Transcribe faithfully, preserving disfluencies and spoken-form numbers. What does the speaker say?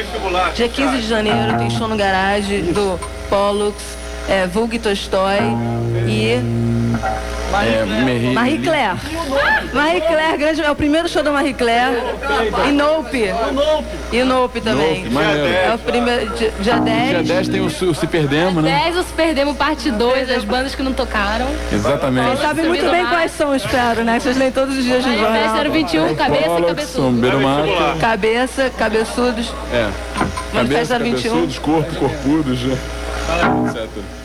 Dia quinze de janeiro tem show no Garage do Pollux, é, Vulgue Tolstói e... É, Marie, Marie Claire. Marie Claire, grande, é o primeiro show da Marie Claire. E Nope. E Nope também. Nope, maneiro. É o primeiro, dia, dia dez. Dia dez tem o, o Se Perdemos, né? dez, o Se Perdemos parte dois, as bandas que não tocaram. Exatamente. Vocês sabem muito bem quais são, espero, né? Vocês leem todos os dias de Manifesto vinte e um, Cabeça e Pollux, Cabeçudo. Beira Mato. Cabeça, Cabeçudos. É. Manifesto Cabeça, vinte e um. cabeçudos, corpo, corpudos, etcétera